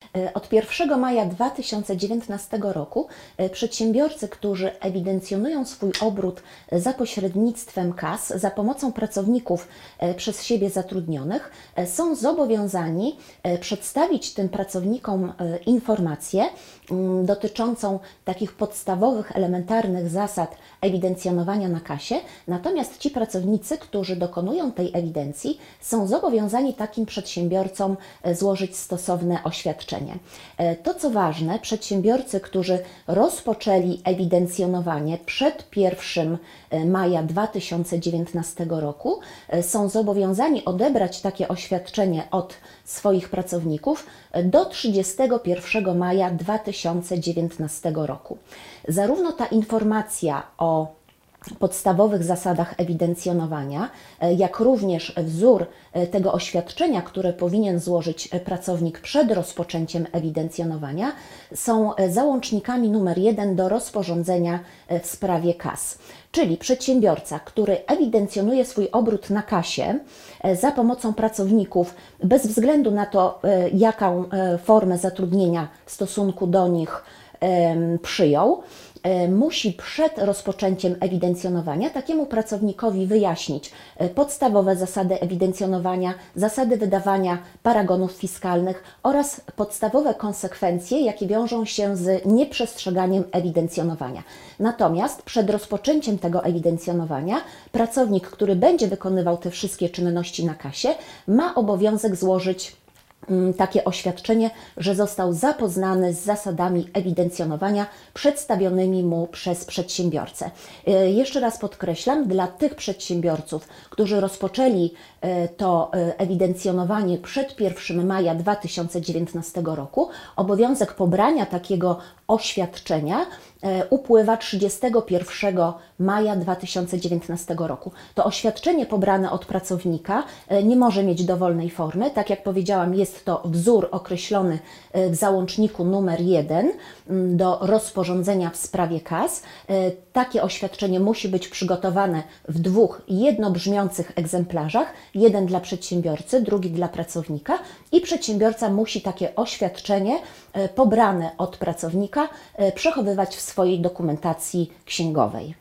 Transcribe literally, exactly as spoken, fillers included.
Od pierwszego maja dwa tysiące dziewiętnastego roku przedsiębiorcy, którzy ewidencjonują swój obrót za pośrednictwem kas, za pomocą pracowników przez siebie zatrudnionych, są zobowiązani przedstawić tym pracownikom informację dotyczącą takich podstawowych, elementarnych zasad ewidencjonowania na kasie. Natomiast ci pracownicy, którzy dokonują tej ewidencji, są zobowiązani takim przedsiębiorcom złożyć stosowne oświadczenie. To, co ważne, przedsiębiorcy, którzy rozpoczęli ewidencjonowanie przed pierwszego maja dwa tysiące dziewiętnastego roku, są zobowiązani odebrać takie oświadczenie od swoich pracowników do trzydziestego pierwszego maja dwa tysiące dziewiętnastego roku. Zarówno ta informacja o podstawowych zasadach ewidencjonowania, jak również wzór tego oświadczenia, które powinien złożyć pracownik przed rozpoczęciem ewidencjonowania, są załącznikami numer jeden do rozporządzenia w sprawie kas. Czyli przedsiębiorca, który ewidencjonuje swój obrót na kasie za pomocą pracowników, bez względu na to, jaką formę zatrudnienia w stosunku do nich przyjął, musi przed rozpoczęciem ewidencjonowania takiemu pracownikowi wyjaśnić podstawowe zasady ewidencjonowania, zasady wydawania paragonów fiskalnych oraz podstawowe konsekwencje, jakie wiążą się z nieprzestrzeganiem ewidencjonowania. Natomiast przed rozpoczęciem tego ewidencjonowania pracownik, który będzie wykonywał te wszystkie czynności na kasie, ma obowiązek złożyć takie oświadczenie, że został zapoznany z zasadami ewidencjonowania przedstawionymi mu przez przedsiębiorcę. Jeszcze raz podkreślam, dla tych przedsiębiorców, którzy rozpoczęli to ewidencjonowanie przed pierwszego maja dwa tysiące dziewiętnastego roku, obowiązek pobrania takiego oświadczenia upływa trzydziestego pierwszego maja dwa tysiące dziewiętnastego roku. To oświadczenie pobrane od pracownika nie może mieć dowolnej formy. Tak jak powiedziałam, jest to wzór określony w załączniku numer jeden do rozporządzenia w sprawie kas. Takie oświadczenie musi być przygotowane w dwóch jednobrzmiących egzemplarzach. Jeden dla przedsiębiorcy, drugi dla pracownika i przedsiębiorca musi takie oświadczenie pobrane od pracownika przechowywać w swojej dokumentacji księgowej.